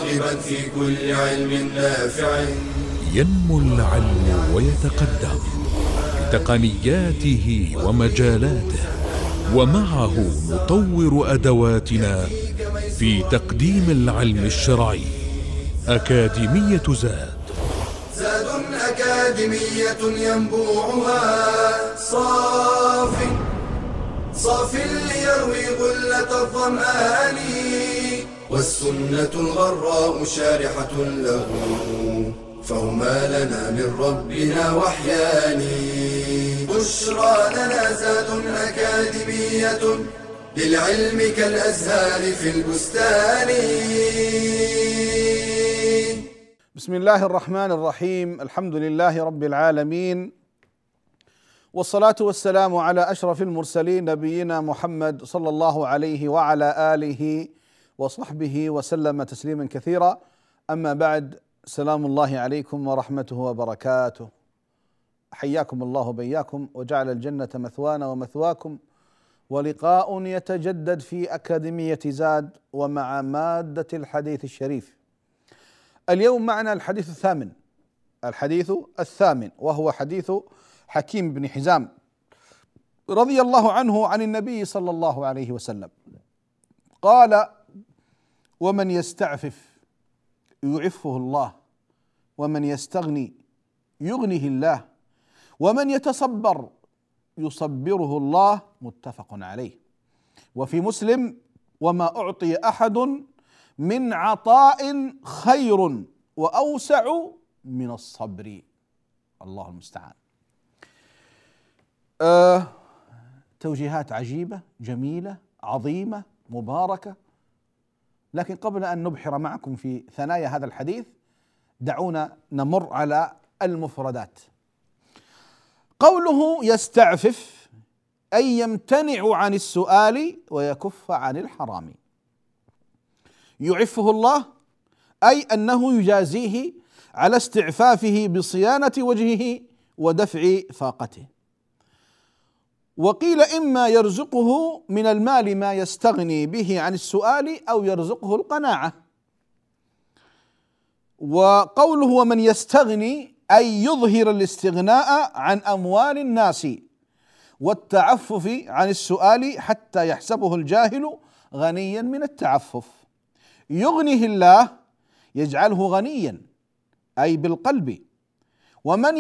راغبا في كل علم نافع. ينمو العلم ويتقدم بتقنياته ومجالاته، ومعه نطور أدواتنا في تقديم العلم الشرعي. أكاديمية زاد أكاديمية ينبوعها صاف ليروي غلة الظمآن، والسنة الغراء شارحة له، فهما لنا من ربنا وحيان. بشرى لنا زاد أكاديمية، للعلم كالأزهار في البستان. بسم الله الرحمن الرحيم. الحمد لله رب العالمين، والصلاة والسلام على أشرف المرسلين نبينا محمد صلى الله عليه وعلى آله وصحبه وسلم تسليما كثيرا. أما بعد، سلام الله عليكم ورحمته وبركاته. حياكم الله بياكم، وجعل الجنة مثوانا ومثواكم، ولقاء يتجدد في أكاديمية زاد ومع مادة الحديث الشريف. اليوم معنا الحديث الثامن، وهو حديث حكيم بن حزام رضي الله عنه عن النبي صلى الله عليه وسلم قال: ومن يستعفف يعفه الله، ومن يستغني يغنه الله، ومن يتصبر يصبره الله. متفق عليه. وفي مسلم: وما أعطي أحد من عطاء خير وأوسع من الصبر. الله المستعان. توجيهات عجيبة جميلة عظيمة مباركة، لكن قبل أن نبحر معكم في ثنايا هذا الحديث، دعونا نمر على المفردات. قوله يستعفف أي يمتنع عن السؤال ويكف عن الحرام. يعفه الله أي أنه يجازيه على استعفافه بصيانة وجهه ودفع فاقته. وقيل إما يرزقه من المال ما يستغني به عن السؤال، أو يرزقه القناعة. وقوله ومن يستغني أي يظهر الاستغناء عن أموال الناس والتعفف عن السؤال حتى يحسبه الجاهل غنيا من التعفف. يغنيه الله يجعله غنيا أي بالقلب. ومن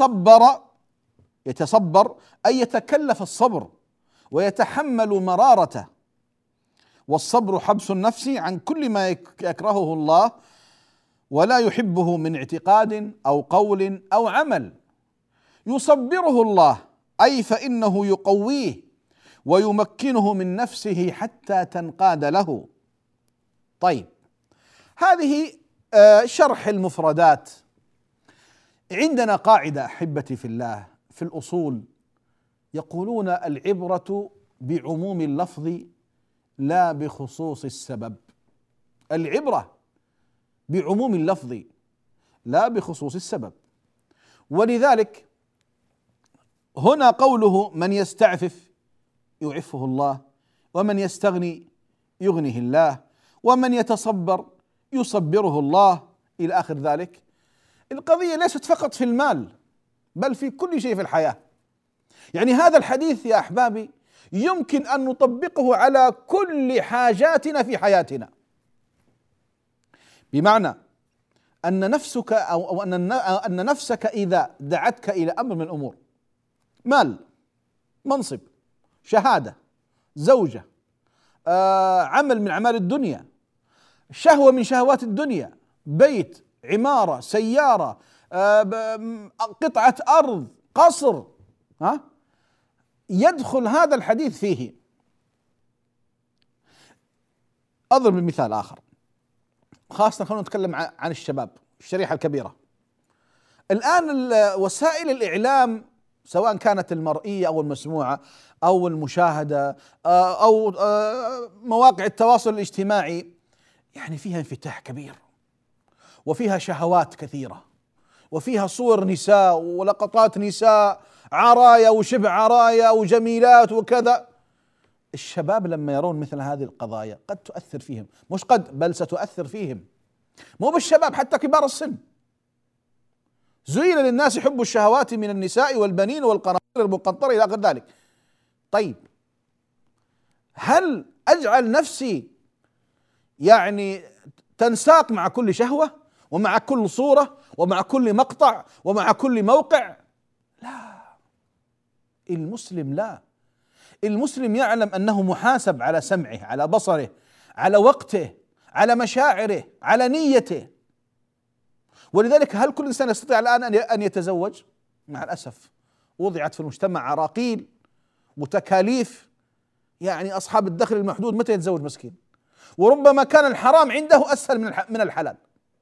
يتصبر أي يتكلف الصبر ويتحمل مرارته. والصبر حبس النفس عن كل ما يكرهه الله ولا يحبه من اعتقاد أو قول أو عمل. يصبره الله أي فإنه يقويه ويمكنه من نفسه حتى تنقاد له. طيب، هذه شرح المفردات. عندنا قاعدة أحبتي في الله في الأصول، يقولون: العبرة بعموم اللفظ لا بخصوص السبب. العبرة بعموم اللفظ لا بخصوص السبب. ولذلك هنا قوله من يستعفف يعفه الله، ومن يستغني يغنيه الله، ومن يتصبر يصبره الله، إلى آخر ذلك. القضية ليست فقط في المال، بل في كل شيء في الحياة. يعني هذا الحديث يا أحبابي يمكن أن نطبقه على كل حاجاتنا في حياتنا، بمعنى أن نفسك أو أن نفسك إذا دعتك إلى أمر من الأمور، مال، منصب، شهادة، زوجة، عمل من أعمال الدنيا، شهوة من شهوات الدنيا، بيت، عمارة، سيارة، قطعة أرض، قصر، يدخل هذا الحديث فيه. أضرب مثال آخر، خاصة خلونا نتكلم عن الشباب، الشريحة الكبيرة. الآن وسائل الإعلام سواء كانت المرئية أو المسموعة أو المشاهدة أو مواقع التواصل الاجتماعي، يعني فيها انفتاح كبير، وفيها شهوات كثيرة، وفيها صور نساء ولقطات نساء عرايا وشبه عرايا وجميلات وكذا. الشباب لما يرون مثل هذه القضايا قد تؤثر فيهم، مش قد بل ستؤثر فيهم، مو بالشباب، حتى كبار السن. زين للناس حب الشهوات من النساء والبنين والقناطير المقنطرة إلى غير ذلك. طيب، هل أجعل نفسي يعني تنساق مع كل شهوة ومع كل صورة ومع كل مقطع ومع كل موقع؟ لا، المسلم لا، المسلم يعلم أنه محاسب على سمعه، على بصره، على وقته، على مشاعره، على نيته. ولذلك هل كل إنسان يستطيع الآن أن يتزوج؟ مع الأسف وضعت في المجتمع عراقيل وتكاليف، يعني أصحاب الدخل المحدود متى يتزوج مسكين؟ وربما كان الحرام عنده أسهل من الحلال.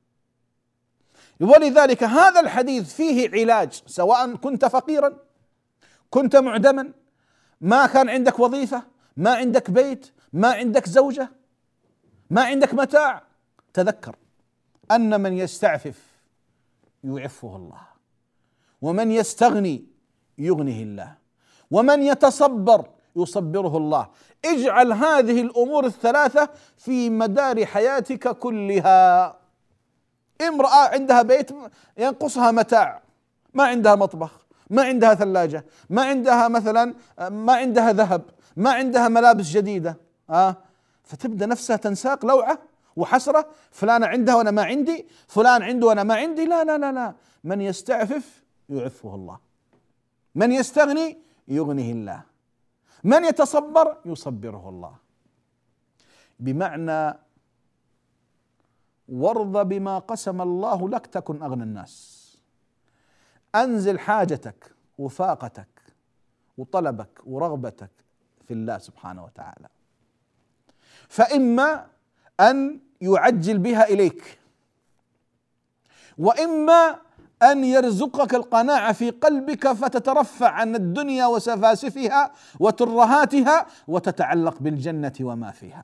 ولذلك هذا الحديث فيه علاج، سواء كنت فقيرا، كنت معدما، ما كان عندك وظيفة، ما عندك بيت، ما عندك زوجة، ما عندك متاع، تذكر أن من يستعفف يعفه الله، ومن يستغني يغنيه الله، ومن يتصبر يصبره الله. اجعل هذه الأمور الثلاثة في مدار حياتك كلها. امرأة عندها بيت ينقصها متاع، ما عندها مطبخ، ما عندها ثلاجة، ما عندها مثلا، ما عندها ذهب، ما عندها ملابس جديدة، فتبدأ نفسها تنساق لوعة وحسرة، فلانة عندها وأنا ما عندي، فلان عنده وأنا ما عندي. لا لا لا لا، من يستعفف يعفه الله، من يستغني يغنيه الله، من يتصبر يصبره الله. بمعنى وارض بما قسم الله لك تكن أغنى الناس. أنزل حاجتك وفاقتك وطلبك ورغبتك في الله سبحانه وتعالى، فإما أن يعجل بها إليك، وإما أن يرزقك القناعة في قلبك فتترفع عن الدنيا وسفاسفها وترهاتها وتتعلق بالجنة وما فيها.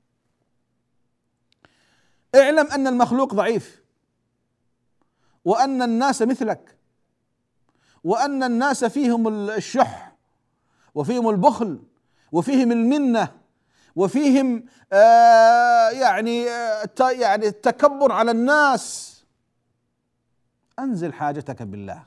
اعلم أن المخلوق ضعيف، وأن الناس مثلك، وأن الناس فيهم الشح وفيهم البخل وفيهم المنة وفيهم يعني التكبر على الناس. أنزل حاجتك بالله،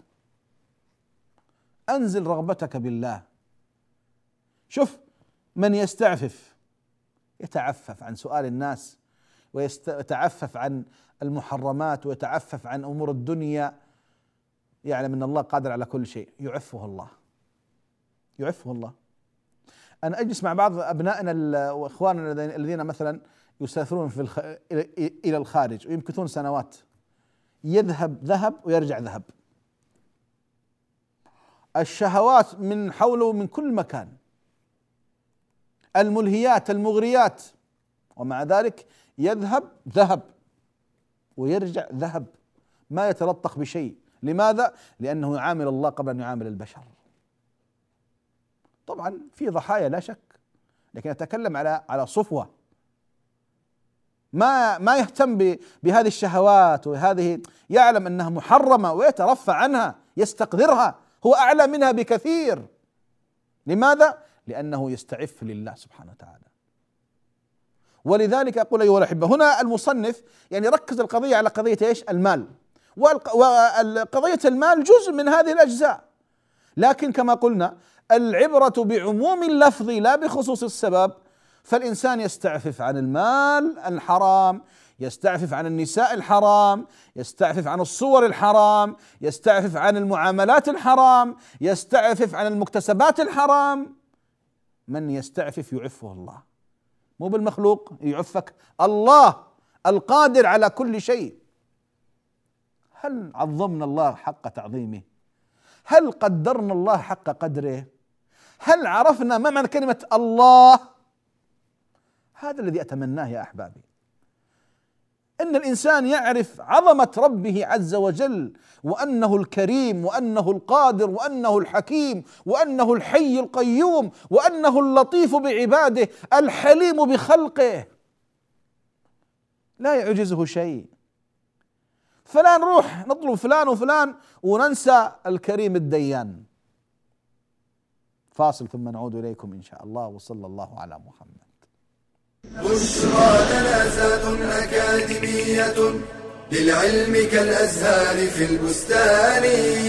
أنزل رغبتك بالله. شوف، من يستعفف يتعفف عن سؤال الناس، ويتعفف عن المحرمات، ويتعفف عن أمور الدنيا، يعلم أن الله قادر على كل شيء، يعفه الله، يعفه الله. أنا أجلس مع بعض أبنائنا وإخواننا الذين مثلا يسافرون إلى الخارج ويمكثون سنوات، يذهب ذهب ويرجع ذهب، الشهوات من حوله من كل مكان، الملهيات المغريات، ومع ذلك يذهب ذهب ويرجع ذهب، ما يتلطخ بشيء. لماذا؟ لأنه يعامل الله قبل أن يعامل البشر. طبعا في ضحايا لا شك، لكن أتكلم على صفوة ما يهتم بهذه الشهوات، وهذه يعلم أنها محرمة ويترفع عنها، يستقذرها، هو أعلى منها بكثير. لماذا؟ لأنه يستعف لله سبحانه وتعالى. ولذلك أقول أيها الأحبة، هنا المصنف يعني ركز القضية على قضية ايش؟ المال، وقضية المال جزء من هذه الأجزاء، لكن كما قلنا العبرة بعموم اللفظ لا بخصوص السبب. فالإنسان يستعفف عن المال الحرام، يستعفف عن النساء الحرام، يستعفف عن الصور الحرام، يستعفف عن المعاملات الحرام، يستعفف عن المكتسبات الحرام. من يستعفف يعفه الله، مو بالمخلوق يعفك، الله القادر على كل شيء. هل عظمنا الله حق تعظيمه؟ هل قدرنا الله حق قدره؟ هل عرفنا ما معنى كلمة الله؟ هذا الذي أتمناه يا أحبابي، أن الإنسان يعرف عظمة ربه عز وجل، وأنه الكريم، وأنه القادر، وأنه الحكيم، وأنه الحي القيوم، وأنه اللطيف بعباده، الحليم بخلقه، لا يعجزه شيء. فلا نروح نطلب فلان وفلان وننسى الكريم الديان. فاصل ثم نعود إليكم إن شاء الله، وصلى الله على محمد. بشرى لنا زاد أكاديمية للعلم كالأزهار في البستان.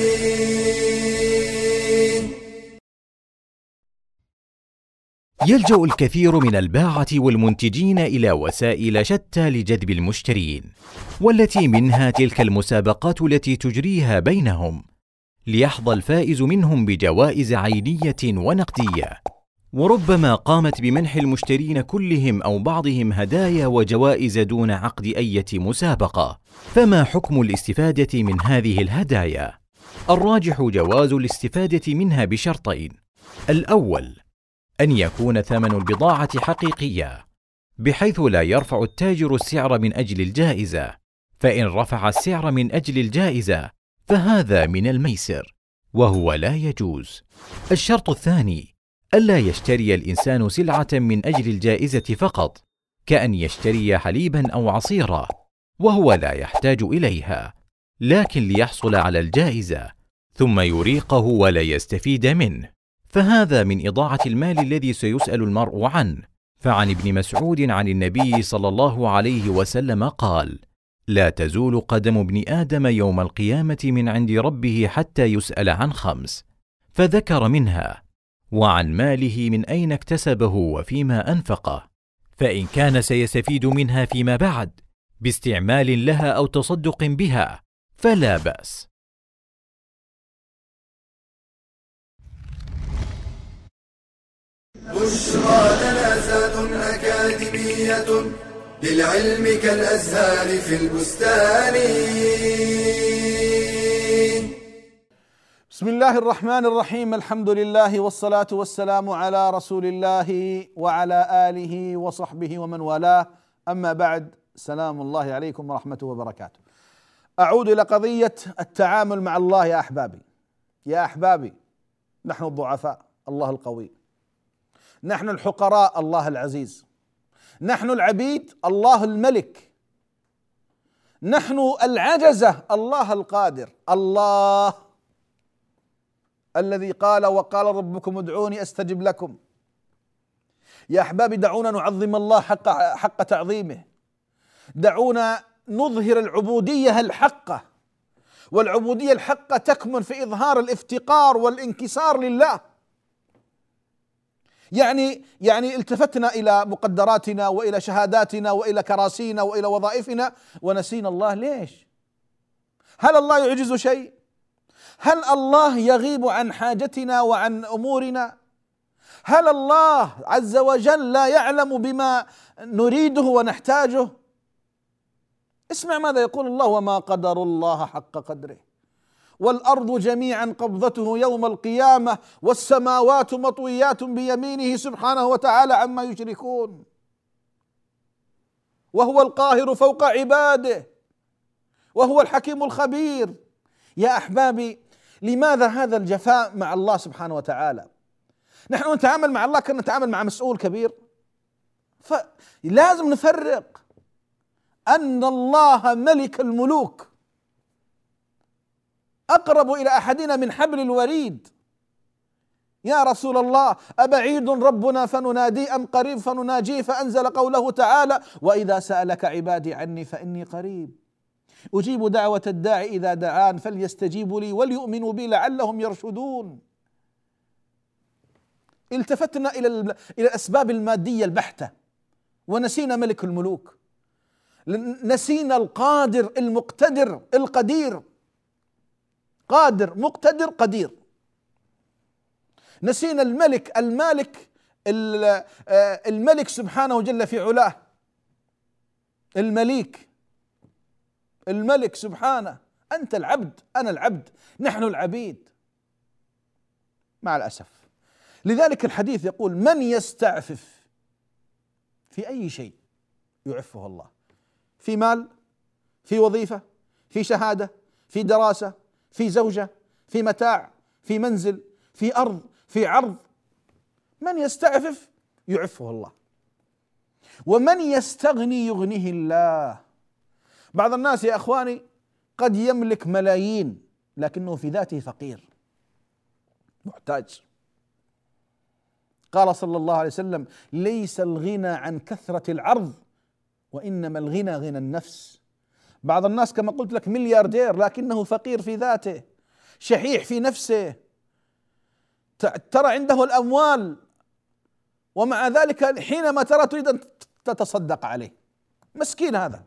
يلجأ الكثير من الباعة والمنتجين إلى وسائل شتى لجذب المشترين، والتي منها تلك المسابقات التي تجريها بينهم ليحظى الفائز منهم بجوائز عينية ونقدية، وربما قامت بمنح المشترين كلهم أو بعضهم هدايا وجوائز دون عقد أي مسابقة. فما حكم الاستفادة من هذه الهدايا؟ الراجح جواز الاستفادة منها بشرطين: الأول أن يكون ثمن البضاعة حقيقية، بحيث لا يرفع التاجر السعر من أجل الجائزة، فإن رفع السعر من أجل الجائزة فهذا من الميسر وهو لا يجوز. الشرط الثاني ألا يشتري الإنسان سلعة من أجل الجائزة فقط، كأن يشتري حليبا أو عصيرا وهو لا يحتاج إليها، لكن ليحصل على الجائزة ثم يريقه ولا يستفيد منه، فهذا من إضاعة المال الذي سيسأل المرء عنه. فعن ابن مسعود عن النبي صلى الله عليه وسلم قال: لا تزول قدم ابن آدم يوم القيامة من عند ربه حتى يسأل عن 5، فذكر منها: وعن ماله من أين اكتسبه وفيما أنفقه، فإن كان سيستفيد منها فيما بعد باستعمال لها أو تصدق بها فلا بأس. بشرى لنا زاد أكاديمية للعلم كالأزهار في البستان. بسم الله الرحمن الرحيم، الحمد لله والصلاة والسلام على رسول الله وعلى آله وصحبه ومن والاه، أما بعد، سلام الله عليكم ورحمته وبركاته. أعود إلى قضية التعامل مع الله. يا أحبابي، يا أحبابي، نحن الضعفاء الله القوي، نحن الحقراء الله العزيز، نحن العبيد الله الملك، نحن العجزة الله القادر، الله الذي قال: وقال ربكم ادعوني استجب لكم. يا احبابي، دعونا نعظم الله حق تعظيمه، دعونا نظهر العبودية الحقة، والعبودية الحقة تكمن في إظهار الافتقار والانكسار لله. يعني التفتنا إلى مقدراتنا وإلى شهاداتنا وإلى كراسينا وإلى وظائفنا ونسينا الله. ليش؟ هل الله يعجز شيء؟ هل الله يغيب عن حاجتنا وعن أمورنا؟ هل الله عز وجل لا يعلم بما نريده ونحتاجه؟ اسمع ماذا يقول الله: وما قدر الله حق قدره، والأرض جميعا قبضته يوم القيامة والسماوات مطويات بيمينه سبحانه وتعالى عما يشركون، وهو القاهر فوق عباده، وهو الحكيم الخبير. يا أحبابي، لماذا هذا الجفاء مع الله سبحانه وتعالى؟ نحن نتعامل مع الله كأننا نتعامل مع مسؤول كبير، فلازم نفرق أن الله ملك الملوك أقرب إلى أحدنا من حبل الوريد. يا رسول الله، أبعيد ربنا فنناديه أم قريب فنناجيه؟ فأنزل قوله تعالى: وإذا سألك عبادي عني فإني قريب أجيب دعوة الداعي إذا دعان فليستجيبوا لي وليؤمنوا بي لعلهم يرشدون. التفتنا إلى الأسباب المادية البحتة ونسينا ملك الملوك، نسينا القادر المقتدر القدير، قادر مقتدر قدير. نسينا الملك المالك الملك سبحانه جل في علاه، الملك سبحانه. أنت العبد، أنا العبد، نحن العبيد مع الأسف. لذلك الحديث يقول: من يستعفف في أي شيء يعفه الله، في مال، في وظيفة، في شهادة، في دراسة، في زوجة، في متاع، في منزل، في أرض، في عرض. من يستعفف يعفه الله، ومن يستغني يغنيه الله. بعض الناس يا أخواني قد يملك ملايين لكنه في ذاته فقير محتاج، قال صلى الله عليه وسلم: ليس الغنى عن كثرة العرض، وإنما الغنى غنى النفس. بعض الناس كما قلت لك ملياردير لكنه فقير في ذاته، شحيح في نفسه، ترى عنده الأموال ومع ذلك حينما ترى تريد أن تتصدق عليه، مسكين هذا.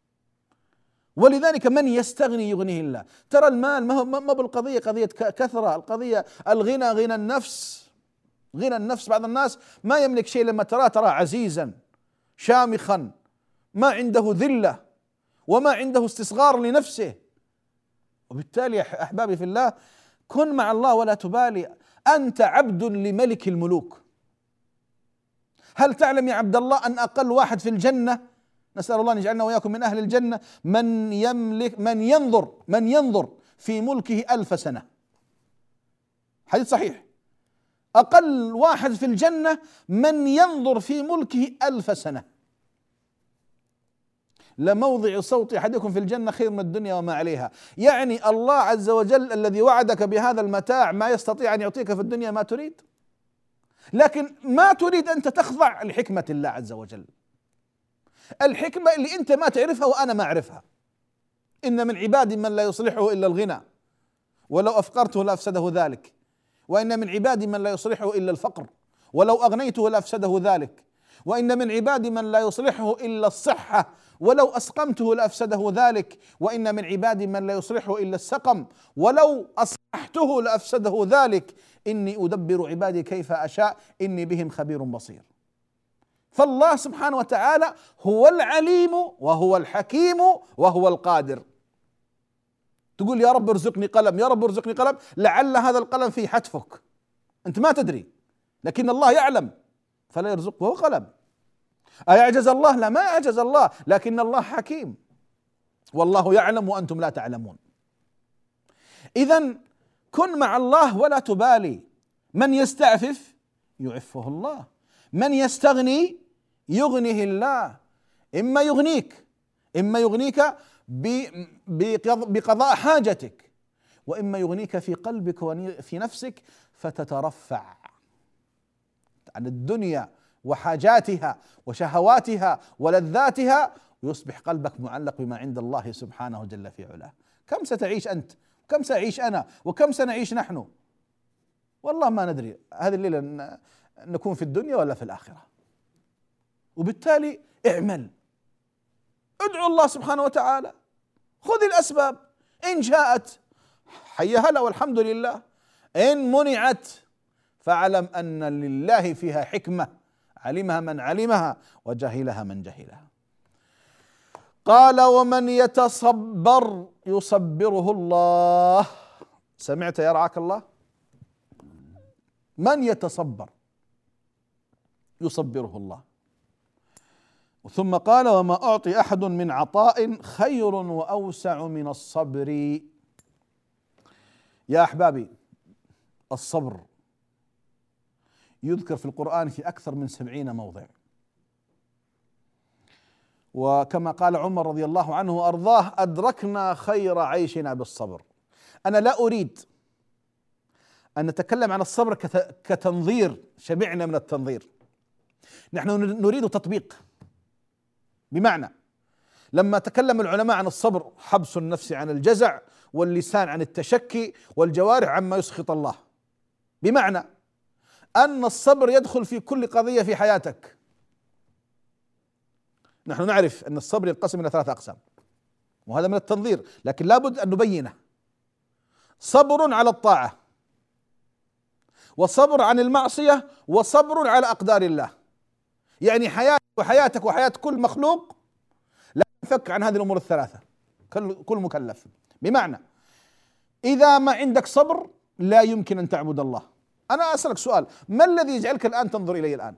ولذلك من يستغني يغنيه الله. ترى المال ما بالقضية قضية كثرة، القضية الغنى غنى النفس، غنى النفس. بعض الناس ما يملك شيء لما ترى عزيزا شامخا، ما عنده ذلة وما عنده استصغار لنفسه. وبالتالي يا أحبابي في الله، كن مع الله ولا تبالي، أنت عبد لملك الملوك. هل تعلم يا عبد الله أن أقل واحد في الجنة، نسأل الله أن يجعلنا وإياكم من أهل الجنة، من ينظر في ملكه 1000 سنة. حديث صحيح. أقل واحد في الجنة من ينظر في ملكه 1000 سنة. لموضع صوت أحدكم في الجنة خير من الدنيا وما عليها. يعني الله عز وجل الذي وعدك بهذا المتاع ما يستطيع أن يعطيك في الدنيا ما تريد، لكن ما تريد أنت تخضع لحكمة الله عز وجل، الحكمة اللي أنت ما تعرفها وأنا ما أعرفها. إن من عبادي من لا يصلحه إلا الغنى ولو أفقرته لأفسده ذلك، وإن من عبادي من لا يصلحه إلا الفقر ولو أغنيته لأفسده ذلك، وإن من عبادي من لا يصلحه إلا الصحة ولو أسقمته لأفسده ذلك، وإن من عبادي من لا يصلحه إلا السقم ولو أصلحته لأفسده ذلك، إني أدبر عبادي كيف أشاء إني بهم خبير بصير. فالله سبحانه وتعالى هو العليم وهو الحكيم وهو القادر. تقول يا رب ارزقني قلم، يا رب ارزقني قلم، لعل هذا القلم فيه حتفك، أنت ما تدري، لكن الله يعلم فلا يرزقه، وهو قلم. أيعجز الله؟ لا، ما يعجز الله، لكن الله حكيم والله يعلم وأنتم لا تعلمون. إذن كن مع الله ولا تبالي. من يستعفف يعفه الله، من يستغني يغنيه الله. إما يغنيك بقضاء حاجتك، وإما يغنيك في قلبك وفي نفسك فتترفع عن الدنيا وحاجاتها وشهواتها ولذاتها، ويصبح قلبك معلق بما عند الله سبحانه جل في علاه. كم ستعيش أنت؟ كم سأعيش أنا؟ وكم سنعيش نحن؟ والله ما ندري هذه الليلة نكون في الدنيا ولا في الآخرة. وبالتالي اعمل، ادعو الله سبحانه وتعالى، خذ الأسباب، إن جاءت حي هلا والحمد لله، إن منعت فاعلم أن لله فيها حكمة علمها من علمها وجهلها من جهلها. قال ومن يتصبر يصبره الله. سمعت يا رعاك الله؟ من يتصبر يصبره الله. ثم قال وما أعطي أحد من عطاء خير وأوسع من الصبر. يا أحبابي، الصبر يذكر في القرآن في أكثر من 70 موضع، وكما قال عمر رضي الله عنه وأرضاه أدركنا خير عيشنا بالصبر. أنا لا أريد أن نتكلم عن الصبر كتنظير، شبعنا من التنظير، نحن نريد تطبيق. بمعنى لما تكلم العلماء عن الصبر، حبس النفس عن الجزع واللسان عن التشكي والجوارح عما يسخط الله، بمعنى أن الصبر يدخل في كل قضية في حياتك. نحن نعرف أن الصبر ينقسم إلى 3 أقسام، وهذا من التنظير لكن لابد أن نبينه. صبر على الطاعة، وصبر عن المعصية، وصبر على أقدار الله. يعني حياتك وحياتك وحياة كل مخلوق لا ينفك عن هذه الأمور ال3، كل مكلف. بمعنى إذا ما عندك صبر لا يمكن أن تعبد الله. أنا أسألك سؤال، ما الذي يجعلك الآن تنظر إلي الآن؟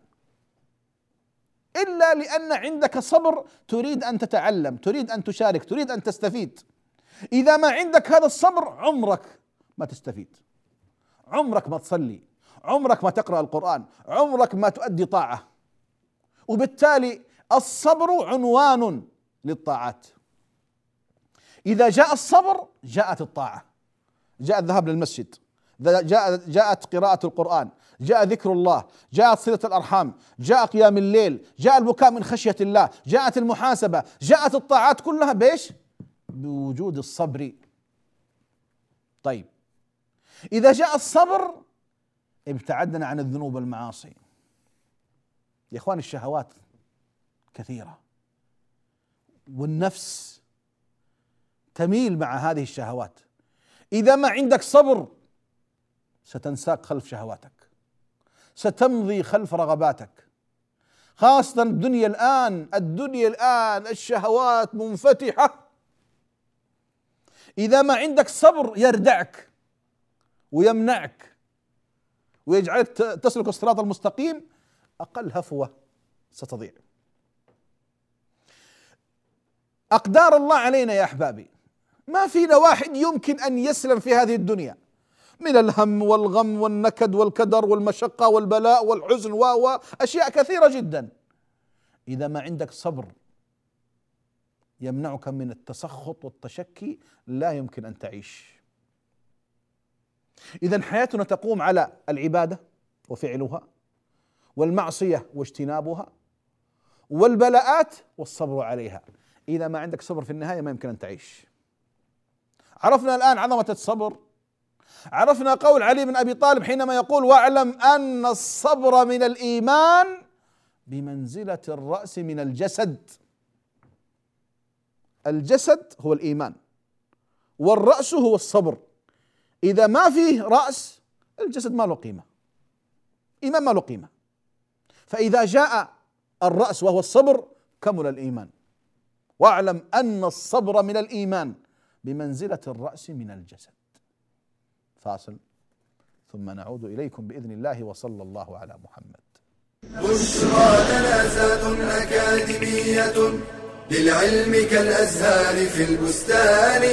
إلا لأن عندك صبر، تريد أن تتعلم، تريد أن تشارك، تريد أن تستفيد. إذا ما عندك هذا الصبر عمرك ما تستفيد، عمرك ما تصلي، عمرك ما تقرأ القرآن، عمرك ما تؤدي طاعة. وبالتالي الصبر عنوان للطاعات. إذا جاء الصبر جاءت الطاعة، جاء الذهاب للمسجد، جاءت قراءة القرآن، جاء ذكر الله، جاءت صلة الأرحام، جاء قيام الليل، جاء البكاء من خشية الله، جاءت المحاسبة، جاءت الطاعات كلها بإيش؟ بوجود الصبر. طيب إذا جاء الصبر ابتعدنا عن الذنوب والمعاصي. يا إخوان الشهوات كثيرة والنفس تميل مع هذه الشهوات، إذا ما عندك صبر ستنساق خلف شهواتك، ستمضي خلف رغباتك، خاصة الدنيا الآن الشهوات منفتحة. إذا ما عندك صبر يردعك ويمنعك ويجعلك تسلك الصراط المستقيم، أقل هفوة ستضيع. أقدار الله علينا يا أحبابي، ما فينا واحد يمكن أن يسلم في هذه الدنيا من الهم والغم والنكد والكدر والمشقة والبلاء والحزن وأشياء كثيرة جدا. إذا ما عندك صبر يمنعك من التسخط والتشكي لا يمكن أن تعيش. إذن حياتنا تقوم على العبادة وفعلها، والمعصية واجتنابها، والبلاءات والصبر عليها. إذا ما عندك صبر في النهاية ما يمكن أن تعيش. عرفنا الآن عظمة الصبر، عرفنا قول علي بن أبي طالب حينما يقول: واعلم أن الصبر من الإيمان بمنزلة الرأس من الجسد. الجسد هو الإيمان والرأس هو الصبر. إذا ما فيه رأس الجسد ما له قيمة، إيمان ما له قيمة. فإذا جاء الرأس وهو الصبر كمل الإيمان. واعلم أن الصبر من الإيمان بمنزلة الرأس من الجسد. فاصل ثم نعود إليكم بإذن الله، وصلى الله على محمد. بشرى لنا زاد أكاديمية للعلم كالأزهار في البستان.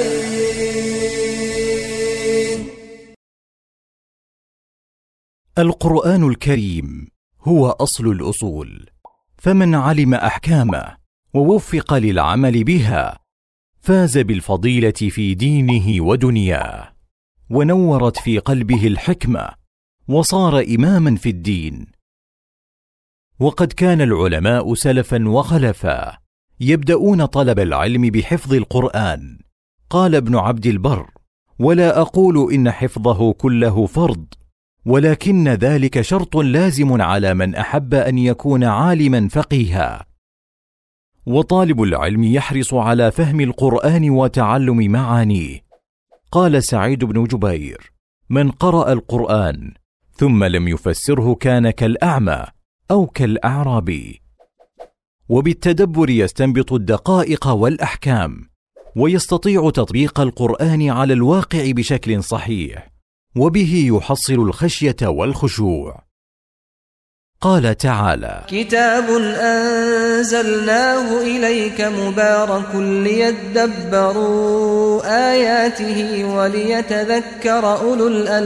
القرآن الكريم هو أصل الأصول، فمن علم أحكامه ووفق للعمل بها فاز بالفضيلة في دينه ودنياه، ونورت في قلبه الحكمة وصار إماما في الدين. وقد كان العلماء سلفا وخلفا يبدأون طلب العلم بحفظ القرآن. قال ابن عبد البر: ولا أقول إن حفظه كله فرض، ولكن ذلك شرط لازم على من أحب أن يكون عالما فقيها. وطالب العلم يحرص على فهم القرآن وتعلم معانيه. قال سعيد بن جبير: من قرأ القرآن ثم لم يفسره كان كالأعمى أو كالأعرابي. وبالتدبر يستنبط الدقائق والأحكام، ويستطيع تطبيق القرآن على الواقع بشكل صحيح، وبه يحصل الخشية والخشوع. قال تعالى: كتاب أنزلناه إليك مبارك ليدبروا آياته وليتذكر أولو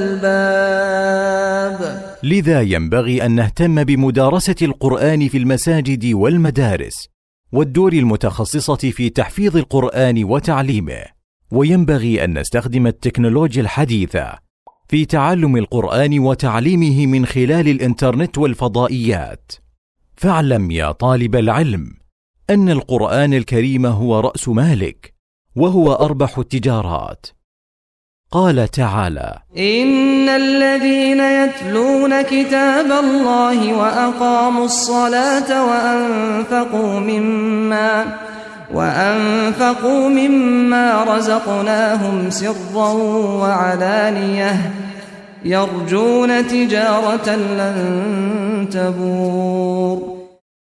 الألباب. لذا ينبغي أن نهتم بمدارسة القرآن في المساجد والمدارس والدور المتخصصة في تحفيظ القرآن وتعليمه، وينبغي أن نستخدم التكنولوجيا الحديثة في تعلم القرآن وتعليمه من خلال الإنترنت والفضائيات. فاعلم يا طالب العلم أن القرآن الكريم هو رأس مالك، وهو أربح التجارات. قال تعالى: إن الذين يتلون كتاب الله وأقاموا الصلاة وأنفقوا مما رزقناهم سرا وعلانية يرجون تجارة لن تبور.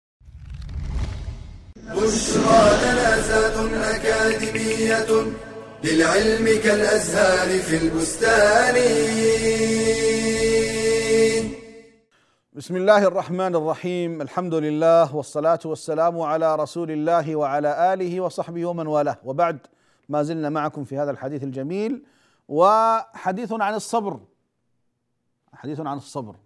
بشرى لنا زاد أكاديمية للعلم كالأزهار في البستان. بسم الله الرحمن الرحيم. الحمد لله والصلاة والسلام على رسول الله وعلى آله وصحبه ومن والاه، وبعد، ما زلنا معكم في هذا الحديث الجميل، وحديث عن الصبر، حديث عن الصبر.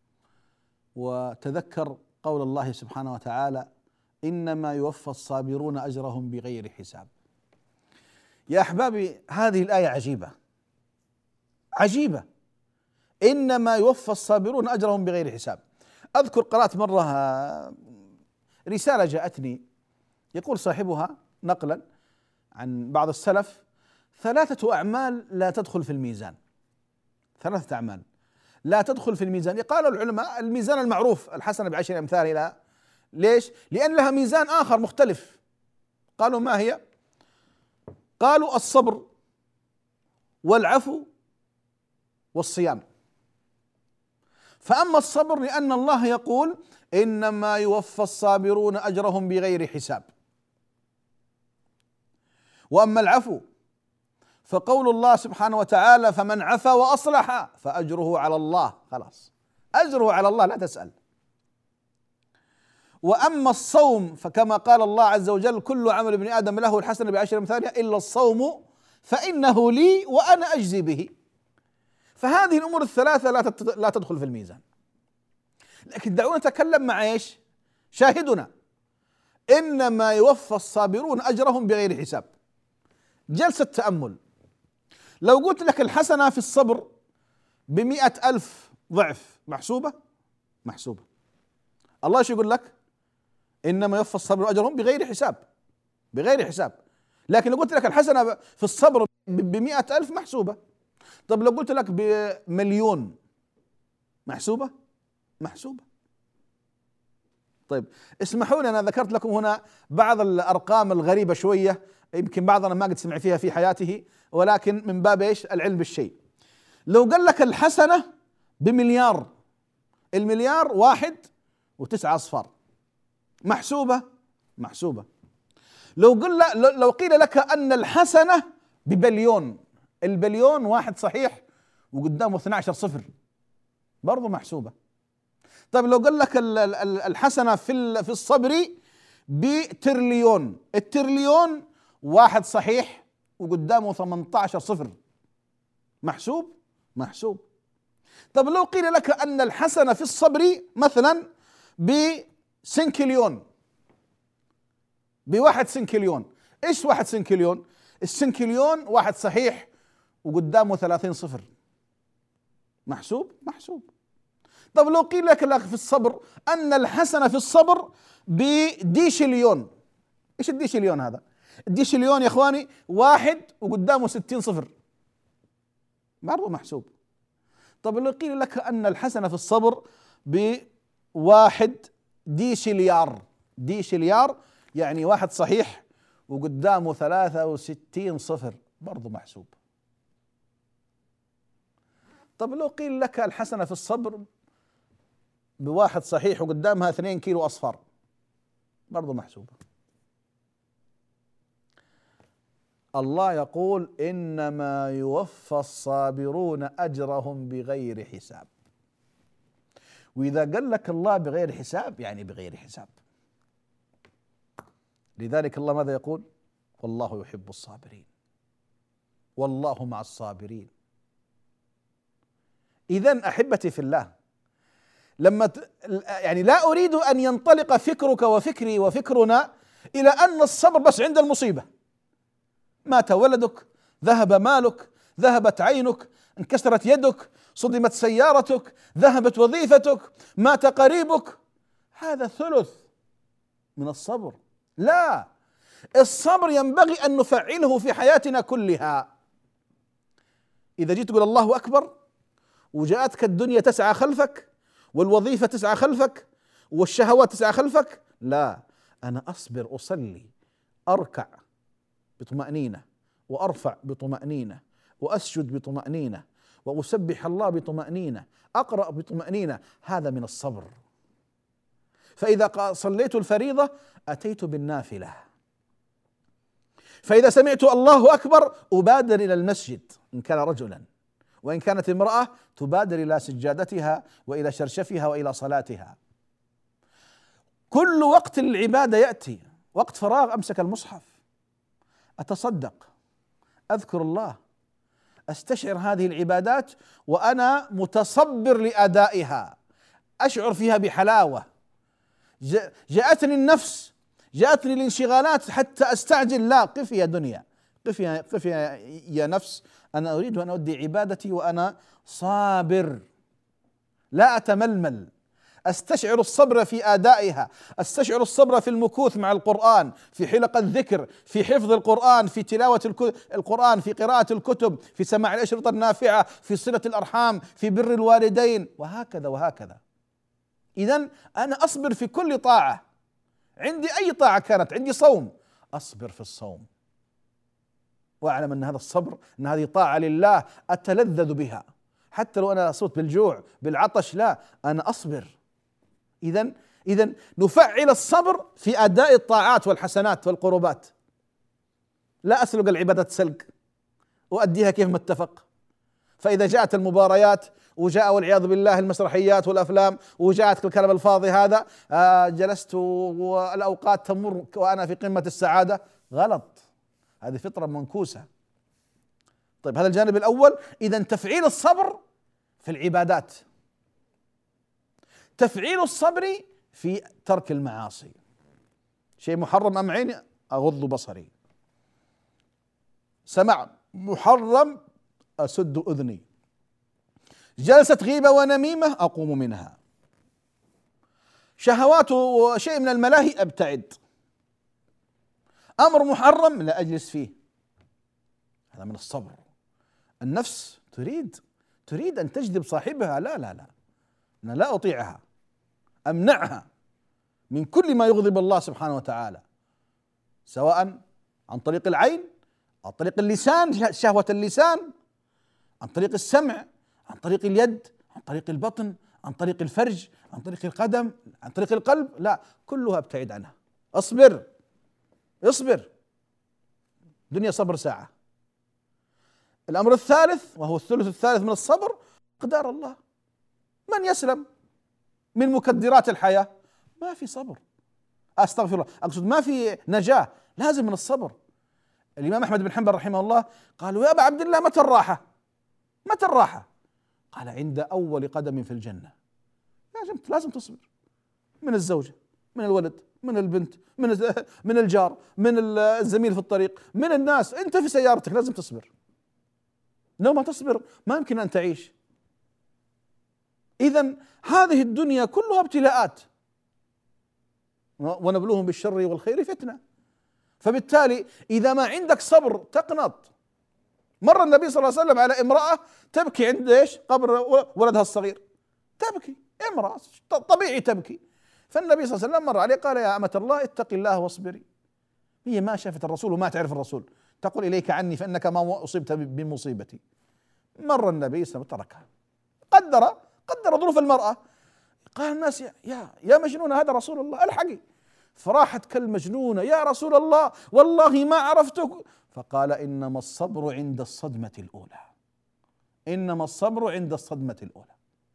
وتذكر قول الله سبحانه وتعالى: إنما يوفى الصابرون أجرهم بغير حساب. يا أحبابي، هذه الآية عجيبة عجيبة. إنما يوفى الصابرون أجرهم بغير حساب. أذكر قرأت مرة رسالة جاءتني يقول صاحبها نقلا عن بعض السلف: 3 أعمال لا تدخل في الميزان، 3 أعمال لا تدخل في الميزان. قال العلماء الميزان المعروف الحسنة ب10 أمثالها. ليش؟ لأن لها ميزان آخر مختلف. قالوا: ما هي؟ قالوا: الصبر والعفو والصيام. فأما الصبر لأن الله يقول: إنما يوفى الصابرون أجرهم بغير حساب. وأما العفو فقول الله سبحانه وتعالى: فمن عفا وأصلح فأجره على الله. خلاص، أجره على الله، لا تسأل. وأما الصوم فكما قال الله عز وجل: كل عمل ابن آدم له الحسنة ب10 أمثالها إلا الصوم فإنه لي وأنا أجزي به. فهذه الأمور الثلاثة لا تدخل في الميزان. لكن دعونا نتكلم مع ايش؟ شاهدنا: إنما يوفى الصابرون أجرهم بغير حساب. جلسة تأمل. لو قلت لك الحسنة في الصبر ب100,000 ضعف، محسوبة؟ محسوبة. الله شو يقول لك؟ إنما يوفى الصابرون أجرهم بغير حساب، بغير حساب. لكن لو قلت لك الحسنة في الصبر ب100,000 محسوبة. طب لو قلت لك ب1,000,000 محسوبة؟ محسوبة. طيب اسمحوا لي، أنا ذكرت لكم هنا بعض الأرقام الغريبة شوية، يمكن بعضنا ما قد سمع فيها في حياته، ولكن من باب ايش؟ العلم بالشيء. لو قال لك الحسنة ب1,000,000، المليار 1.9 محسوبة؟ محسوبة. لو قيل لك أن الحسنة ب1,000,000,000، البليون 1 صحيح وقدامه 12 صفر، برضو محسوبة. طيب لو قال لك الحسنة في الصبر ب1,000,000,000، التريليون 1 صحيح وقدامه 18 صفر، محسوب؟ محسوب. طب لو قيل لك أن الحسنة في الصبر مثلا ب1 سنكليون، ايش 1 سنكليون؟ السنكليون 1 صحيح وقدامه 30 صفر، محسوب؟ محسوب. طب لو قيل لك في الصبر أن الحسنة في الصبر ب10,000,000,000، ايش ال10,000,000,000 هذا؟ ال10,000,000,000 يا اخواني 1 وقدامه 60 صفر، برضه محسوب. طب لو قيل لك أن الحسنة في الصبر ب1 ديشليار، ديشليار يعني 1 صحيح وقدامه 63 صفر، برضه محسوب. طب لو قيل لك الحسنة في الصبر ب1 صحيح وقدامها 2 كيلو أصفار، برضه محسوبة. الله يقول: إنما يوفى الصابرون أجرهم بغير حساب. وإذا قال لك الله بغير حساب يعني بغير حساب. لذلك الله ماذا يقول؟ والله يحب الصابرين والله مع الصابرين. إذن أحبتي في الله، لما يعني لا أريد أن ينطلق فكرك وفكري وفكرنا إلى أن الصبر بس عند المصيبة. مات ولدك، ذهب مالك، ذهبت عينك، انكسرت يدك، صدمت سيارتك، ذهبت وظيفتك، مات قريبك، هذا ثلث من الصبر. لا، الصبر ينبغي أن نفعله في حياتنا كلها. إذا جيت تقول الله أكبر وجاءتك الدنيا تسعى خلفك والوظيفة تسعى خلفك والشهوات تسعى خلفك، لا، أنا أصبر، أصلي، أركع بطمأنينة وأرفع بطمأنينة وأسجد بطمأنينة وأسبح الله بطمأنينة، أقرأ بطمأنينة، هذا من الصبر. فإذا صليت الفريضة أتيت بالنافلة، فإذا سمعت الله أكبر أبادر إلى المسجد إن كان رجلا، وإن كانت امرأة تبادر إلى سجادتها وإلى شرشفها وإلى صلاتها. كل وقت العبادة يأتي، وقت فراغ أمسك المصحف، أتصدق، أذكر الله، أستشعر هذه العبادات وأنا متصبر لأدائها، أشعر فيها بحلاوة. جاءتني النفس، جاءتني الانشغالات حتى أستعجل، لا، قفي يا دنيا، قف يا نفس، أنا أريد أن أؤدي عبادتي وأنا صابر لا أتململ، أستشعر الصبر في أدائها، أستشعر الصبر في المكوث مع القرآن، في حلق الذكر، في حفظ القرآن، في تلاوة القرآن، في قراءة الكتب، في سماع الأشرطة النافعة، في صلة الأرحام، في بر الوالدين، وهكذا وهكذا. إذن أنا أصبر في كل طاعة، عندي أي طاعة كانت، عندي صوم أصبر في الصوم، وأعلم أن هذا الصبر، أن هذه طاعة لله أتلذذ بها، حتى لو أنا صرت بالجوع بالعطش لا، أنا أصبر. إذن نفعل الصبر في أداء الطاعات والحسنات والقربات، لا أسلق العبادة سلق وأديها كيف ما اتفق. فإذا جاءت المباريات وجاء والعياذ بالله المسرحيات والأفلام وجاءت الكلام الفاضي هذا، جلست والأوقات تمر وأنا في قمة السعادة، غلط، هذه فطرة منكوسة. طيب هذا الجانب الأول. إذن تفعيل الصبر في العبادات، تفعيل الصبر في ترك المعاصي، شيء محرم أم عيني أغض بصري، سمع محرم أسد أذني، جلسة غيبة ونميمة أقوم منها، شهوات وشيء من الملاهي أبتعد، أمر محرم لا أجلس فيه. هذا من الصبر. النفس تريد أن تجذب صاحبها، لا لا لا، أنا لا أطيعها، أمنعها من كل ما يغضب الله سبحانه وتعالى، سواء عن طريق العين، عن طريق اللسان، شهوة اللسان، عن طريق السمع، عن طريق اليد، عن طريق البطن، عن طريق الفرج، عن طريق القدم، عن طريق القلب، لا، كلها ابتعد عنها. اصبر دنيا صبر ساعة. الأمر الثالث وهو الثلث الثالث من الصبر، أقدار الله. من يسلم من مكدرات الحياة؟ ما في صبر، أستغفر الله، أقصد ما في نجاة، لازم من الصبر. الإمام أحمد بن حنبل رحمه الله قالوا يا أبا عبد الله متى الراحة؟ متى الراحة؟ قال عند أول قدم في الجنة. لازم تصبر من الزوجة، من الولد، من البنت، من الجار، من الزميل في الطريق، من الناس، أنت في سيارتك لازم تصبر. لو ما تصبر ما يمكن أن تعيش. إذن هذه الدنيا كلها ابتلاءات، ونبلوهم بالشر والخير فتنة. فبالتالي إذا ما عندك صبر تقنط. مر النبي صلى الله عليه وسلم على امرأة تبكي عند ايش؟ قبر ولدها الصغير، تبكي امرأة طبيعي تبكي. فالنبي صلى الله عليه وسلم مر عليه قال يا أمة الله اتق الله واصبري. هي ما شافت الرسول وما تعرف الرسول، تقول إليك عني فإنك ما أصبت بمصيبتي. مر النبي صلى الله عليه وسلم تركها، قدر ظروف المرأة. قال الناس يا مجنونة هذا رسول الله، الحقي. فراحت كالمجنونة يا رسول الله والله ما عرفتك. فقال إنما الصبر عند الصدمة الأولى، إنما الصبر عند الصدمة الأولى.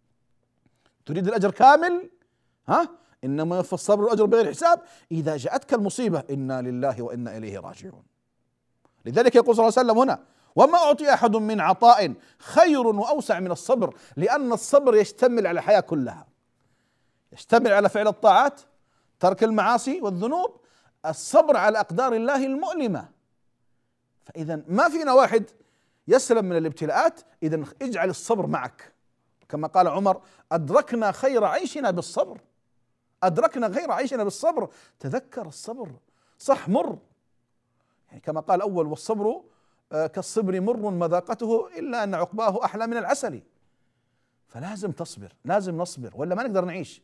تريد الأجر كامل؟ إنما يوفى الصبر الأجر بغير حساب. إذا جاءتك المصيبة إنا لله وإنا إليه راجعون. لذلك يقول صلى الله عليه وسلم هنا وما أعطي أحد من عطاء خير وأوسع من الصبر، لأن الصبر يشتمل على الحياة كلها، يشتمل على فعل الطاعات، ترك المعاصي والذنوب، الصبر على أقدار الله المؤلمة. فإذا ما فينا واحد يسلم من الابتلاءات، إذا اجعل الصبر معك. كما قال عمر أدركنا خير عيشنا بالصبر، أدركنا خير عيشنا بالصبر. تذكر الصبر صح مر، يعني كما قال أول والصبر كالصبر مر مذاقته إلا أن عقباه أحلى من العسل. فلازم تصبر، لازم نصبر ولا ما نقدر نعيش.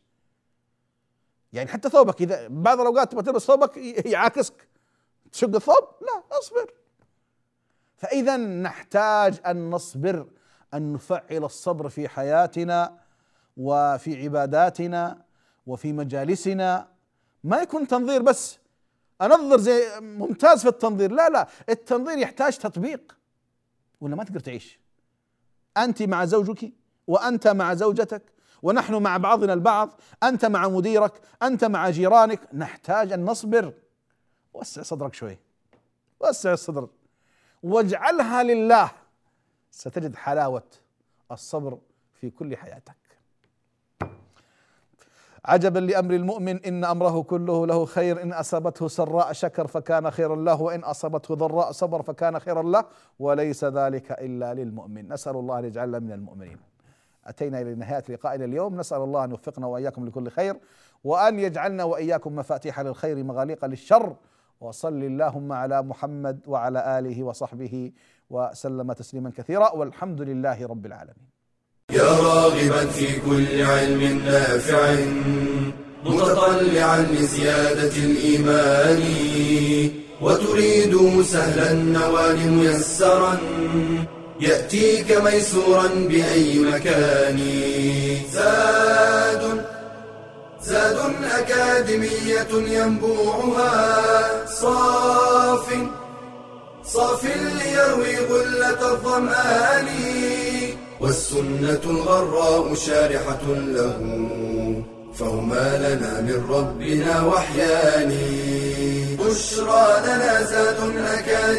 يعني حتى ثوبك إذا بعض الأوقات تبغى تلبس ثوبك يعاكسك، تشق الثوب، لا اصبر. فإذا نحتاج أن نصبر، أن نفعل الصبر في حياتنا وفي عباداتنا وفي مجالسنا. ما يكون تنظير بس، أنظر زي ممتاز في التنظير، لا، التنظير يحتاج تطبيق ولا ما تقدر تعيش. أنت مع زوجك وأنت مع زوجتك ونحن مع بعضنا البعض، أنت مع مديرك، أنت مع جيرانك، نحتاج أن نصبر. وسع صدرك شوي، وسع الصدر واجعلها لله، ستجد حلاوة الصبر في كل حياتك. عجبا لأمر المؤمن إن أمره كله له خير، إن أصابته سراء شكر فكان خيرا له، وإن أصابته ضراء صبر فكان خيرا له، وليس ذلك إلا للمؤمن. نسأل الله أن يجعلنا من المؤمنين. أتينا إلى نهاية لقائنا اليوم، نسأل الله أن يوفقنا وإياكم لكل خير، وأن يجعلنا وإياكم مفاتيح للخير مغاليق للشر. وصل اللهم على محمد وعلى آله وصحبه وسلم تسليما كثيرا، والحمد لله رب العالمين. يا راغبا في كل علم نافع متطلعا لزيادة الإيمان، وتريد سهلا النوال ميسرا يأتيك ميسورا بأي مكان. زاد أكاديمية ينبوعها صاف ليروي غلة الظمآن، والسنة الغراء شارحة له، فهما لنا من ربنا وحيان. بشرى لنا زاد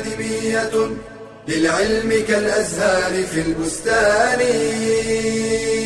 أكاديمية للعلم كالأزهار في البستان.